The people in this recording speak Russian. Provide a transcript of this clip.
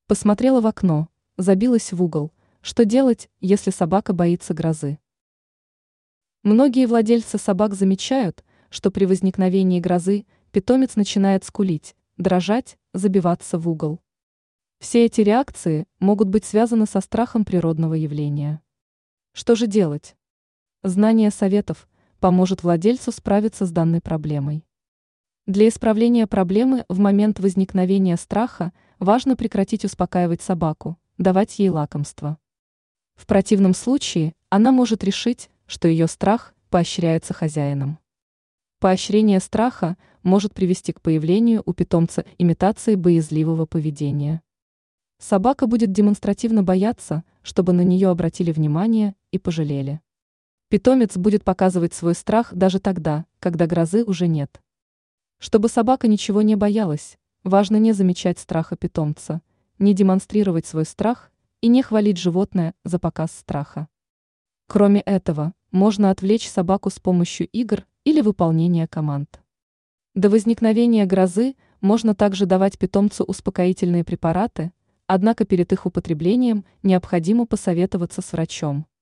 Посмотрела в окно, забилась в угол. Что делать, если собака боится грозы? Многие владельцы собак замечают, что при возникновении грозы питомец начинает скулить, дрожать, забиваться в угол. Все эти реакции могут быть связаны со страхом природного явления. Что же делать? Знание советов поможет владельцу справиться с данной проблемой. Для исправления проблемы в момент возникновения страха важно прекратить успокаивать собаку, давать ей лакомство. В противном случае она может решить, что ее страх поощряется хозяином. Поощрение страха может привести к появлению у питомца имитации боязливого поведения. Собака будет демонстративно бояться, чтобы на нее обратили внимание и пожалели. Питомец будет показывать свой страх даже тогда, когда грозы уже нет. Чтобы собака ничего не боялась, важно не замечать страха питомца, не демонстрировать свой страх и не хвалить животное за показ страха. Кроме этого, можно отвлечь собаку с помощью игр или выполнения команд. До возникновения грозы можно также давать питомцу успокоительные препараты, однако перед их употреблением необходимо посоветоваться с врачом.